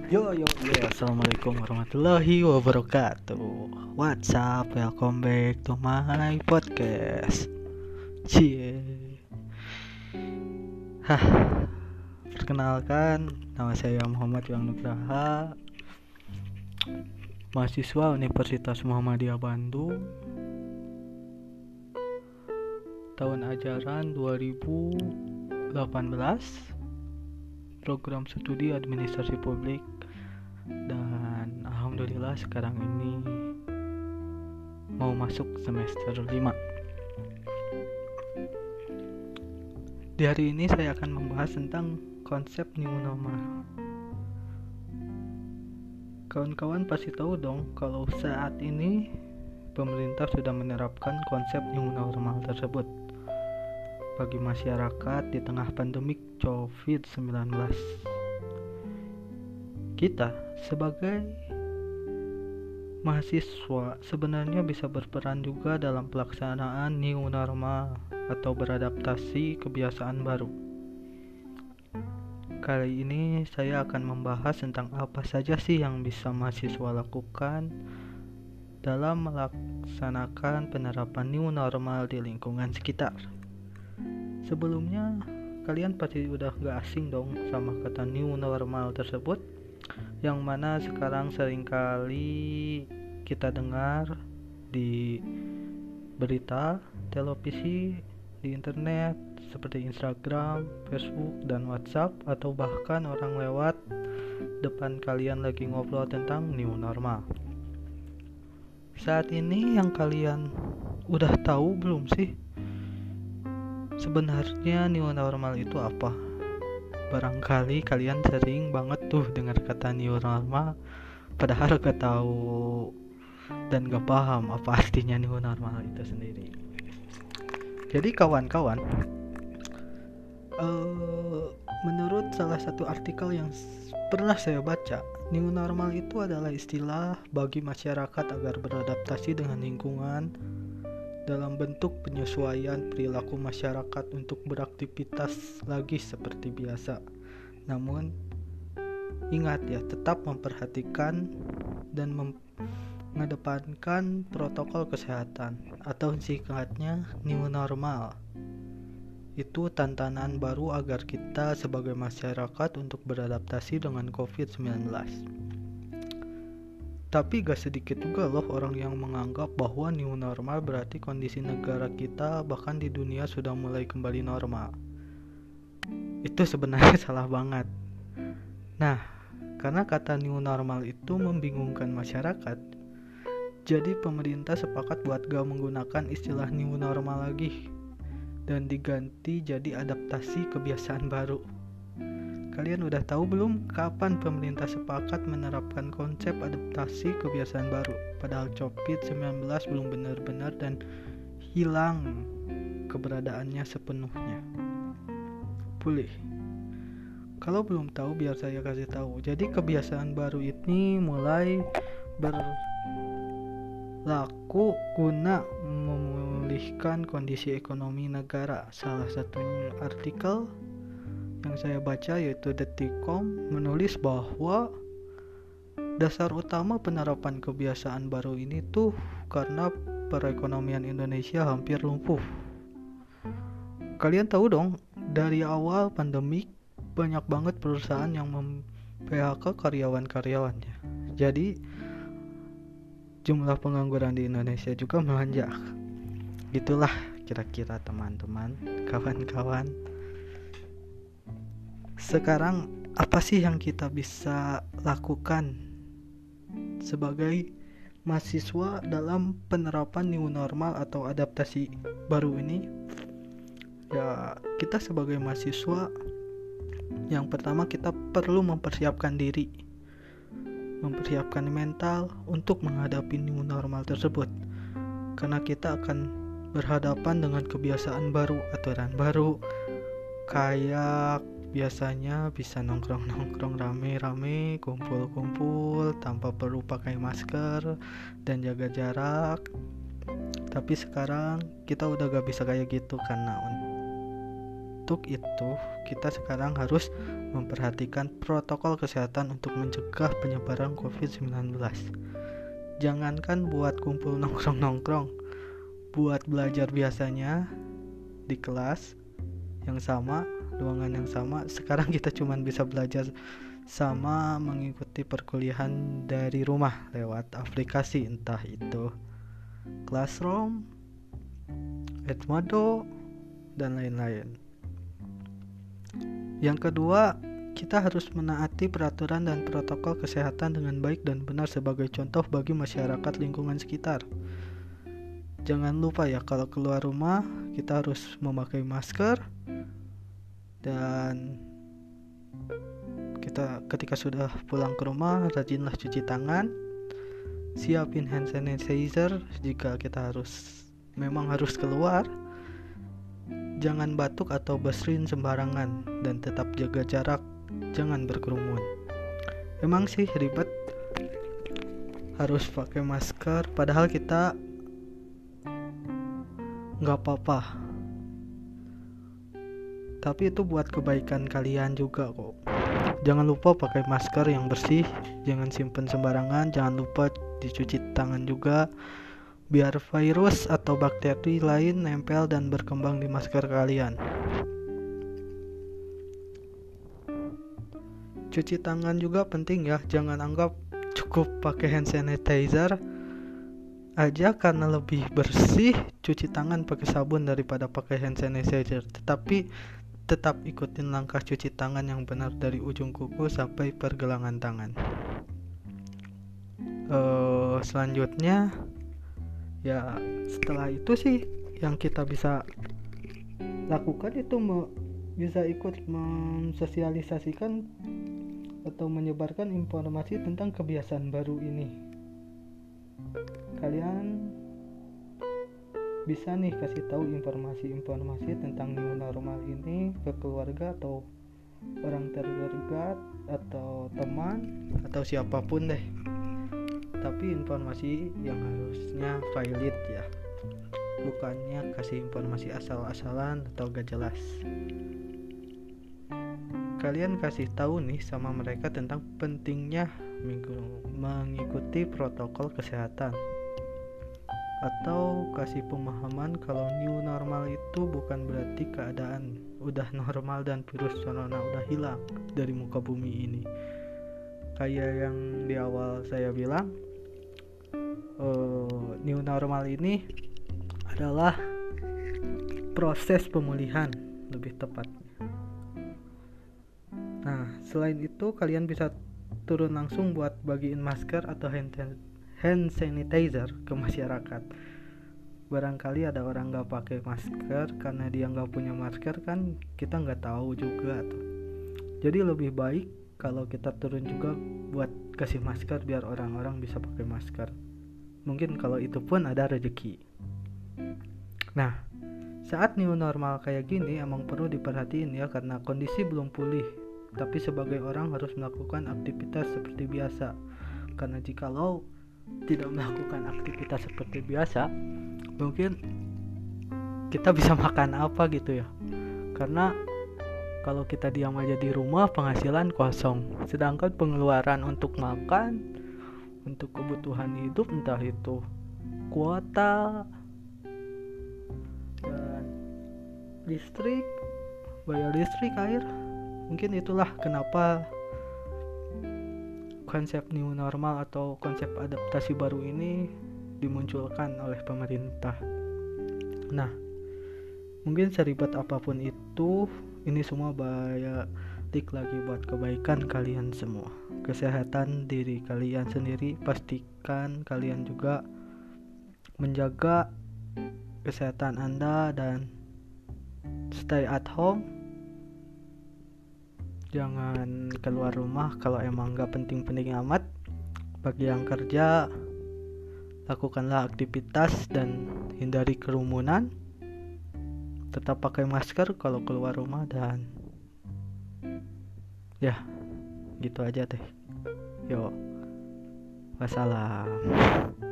Assalamualaikum warahmatullahi wabarakatuh. What's up, welcome back to my podcast. Cie. Perkenalkan, nama saya Muhammad Yang Nugraha, mahasiswa Universitas Muhammadiyah Bandung, tahun ajaran 2018, program studi administrasi publik, dan alhamdulillah sekarang ini mau masuk semester 5. Di hari ini saya akan membahas tentang konsep new normal. Kawan-kawan pasti tahu dong kalau saat ini pemerintah sudah menerapkan konsep new normal tersebut bagi masyarakat di tengah pandemik COVID-19. Kita sebagai mahasiswa sebenarnya bisa berperan juga dalam pelaksanaan new normal atau beradaptasi kebiasaan baru. Kali ini saya akan membahas tentang apa saja sih yang bisa mahasiswa lakukan dalam melaksanakan penerapan new normal di lingkungan sekitar. Sebelumnya, kalian pasti udah gak asing dong sama kata new normal tersebut, yang mana sekarang seringkali kita dengar di berita, televisi, di internet seperti Instagram, Facebook, dan WhatsApp, atau bahkan orang lewat depan kalian lagi ngobrol tentang new normal. Saat ini yang kalian udah tahu belum sih sebenarnya new normal itu apa? Barangkali kalian sering banget tuh dengar kata new normal, padahal gak tahu dan gak paham apa artinya new normal itu sendiri. Jadi kawan-kawan, menurut salah satu artikel yang pernah saya baca, new normal itu adalah istilah bagi masyarakat agar beradaptasi dengan lingkungan dalam bentuk penyesuaian perilaku masyarakat untuk beraktivitas lagi seperti biasa. Namun ingat ya, tetap memperhatikan dan mengedepankan protokol kesehatan, atau singkatnya new normal. Itu tantangan baru agar kita sebagai masyarakat untuk beradaptasi dengan COVID-19. Tapi gak sedikit juga loh orang yang menganggap bahwa new normal berarti kondisi negara kita bahkan di dunia sudah mulai kembali normal. Itu sebenarnya salah banget. Nah, karena kata new normal itu membingungkan masyarakat, jadi pemerintah sepakat buat gak menggunakan istilah new normal lagi dan diganti jadi adaptasi kebiasaan baru. Kalian udah tahu belum kapan pemerintah sepakat menerapkan konsep adaptasi kebiasaan baru? Padahal COVID-19 belum benar-benar dan hilang keberadaannya sepenuhnya pulih. Kalau belum tahu, biar saya kasih tahu. Jadi kebiasaan baru ini mulai berlaku guna memulihkan kondisi ekonomi negara. Salah satunya artikel yang saya baca yaitu Detik.com menulis bahwa dasar utama penerapan kebiasaan baru ini tuh karena perekonomian Indonesia hampir lumpuh. Kalian tahu dong, dari awal pandemik banyak banget perusahaan yang mem-PHK karyawan-karyawannya. Jadi jumlah pengangguran di Indonesia juga melonjak. Gitulah kira-kira teman-teman, kawan-kawan. Sekarang apa sih yang kita bisa lakukan sebagai mahasiswa dalam penerapan new normal atau adaptasi baru ini? Ya, kita sebagai mahasiswa, yang pertama kita perlu mempersiapkan diri, mempersiapkan mental untuk menghadapi new normal tersebut, karena kita akan berhadapan dengan kebiasaan baru, aturan baru, kayak biasanya bisa nongkrong-nongkrong rame-rame, kumpul-kumpul tanpa perlu pakai masker dan jaga jarak. Tapi sekarang kita udah gak bisa kayak gitu karena untuk itu kita sekarang harus memperhatikan protokol kesehatan untuk mencegah penyebaran COVID-19. Jangankan buat kumpul nongkrong-nongkrong, buat belajar biasanya di kelas yang sama, ruangan yang sama, sekarang kita cuma bisa belajar sama mengikuti perkuliahan dari rumah lewat aplikasi, entah itu Classroom, Edmodo, dan lain-lain. Yang kedua, kita harus menaati peraturan dan protokol kesehatan dengan baik dan benar sebagai contoh bagi masyarakat lingkungan sekitar. Jangan lupa ya, kalau keluar rumah kita harus memakai masker, dan kita ketika sudah pulang ke rumah rajinlah cuci tangan, siapin hand sanitizer jika kita memang harus keluar. Jangan batuk atau bersin sembarangan, dan tetap jaga jarak, jangan berkerumun. Emang sih ribet harus pakai masker, padahal kita nggak apa-apa. Tapi itu buat kebaikan kalian juga kok. Jangan lupa pakai masker yang bersih, jangan simpen sembarangan, jangan lupa dicuci tangan juga, biar virus atau bakteri lain nempel dan berkembang di masker kalian. Cuci tangan juga penting ya, jangan anggap cukup pakai hand sanitizer aja karena lebih bersih cuci tangan pakai sabun daripada pakai hand sanitizer. Tetapi tetap ikutin langkah cuci tangan yang benar dari ujung kuku sampai pergelangan tangan. Selanjutnya ya, setelah itu sih yang kita bisa lakukan itu bisa ikut mensosialisasikan atau menyebarkan informasi tentang kebiasaan baru ini. Kalian bisa nih kasih tahu informasi-informasi tentang new normal ini ke keluarga atau orang terdekat atau teman atau siapapun deh. Tapi informasi yang harusnya valid ya, bukannya kasih informasi asal-asalan atau gak jelas. Kalian kasih tahu nih sama mereka tentang pentingnya mengikuti protokol kesehatan, atau kasih pemahaman kalau new normal itu bukan berarti keadaan udah normal dan virus corona udah hilang dari muka bumi ini. Kayak yang di awal saya bilang, new normal ini adalah proses pemulihan lebih tepatnya. Nah, selain itu kalian bisa turun langsung buat bagiin masker atau hand sanitizer ke masyarakat. Barangkali ada orang gak pakai masker karena dia gak punya masker, kan kita gak tahu juga tuh. Jadi lebih baik kalau kita turun juga buat kasih masker biar orang-orang bisa pakai masker. Mungkin kalau itu pun ada rezeki. Nah, saat new normal kayak gini emang perlu diperhatiin ya, karena kondisi belum pulih. Tapi sebagai orang harus melakukan aktivitas seperti biasa. Karena jikalau tidak melakukan aktivitas seperti biasa, mungkin kita bisa makan apa gitu ya. Karena kalau kita diam aja di rumah, penghasilan kosong. Sedangkan pengeluaran untuk makan, untuk kebutuhan hidup, entah itu kuota dan listrik, bayar listrik, air, mungkin itulah kenapa konsep new normal atau konsep adaptasi baru ini dimunculkan oleh pemerintah. Nah, mungkin seribet apapun itu, ini semua balik lagi buat kebaikan kalian semua, kesehatan diri kalian sendiri. Pastikan kalian juga menjaga kesehatan Anda dan stay at home. Jangan keluar rumah kalau emang gak penting-penting amat. Bagi yang kerja, lakukanlah aktivitas dan hindari kerumunan. Tetap pakai masker kalau keluar rumah, dan ya gitu aja deh. Yo, wassalam.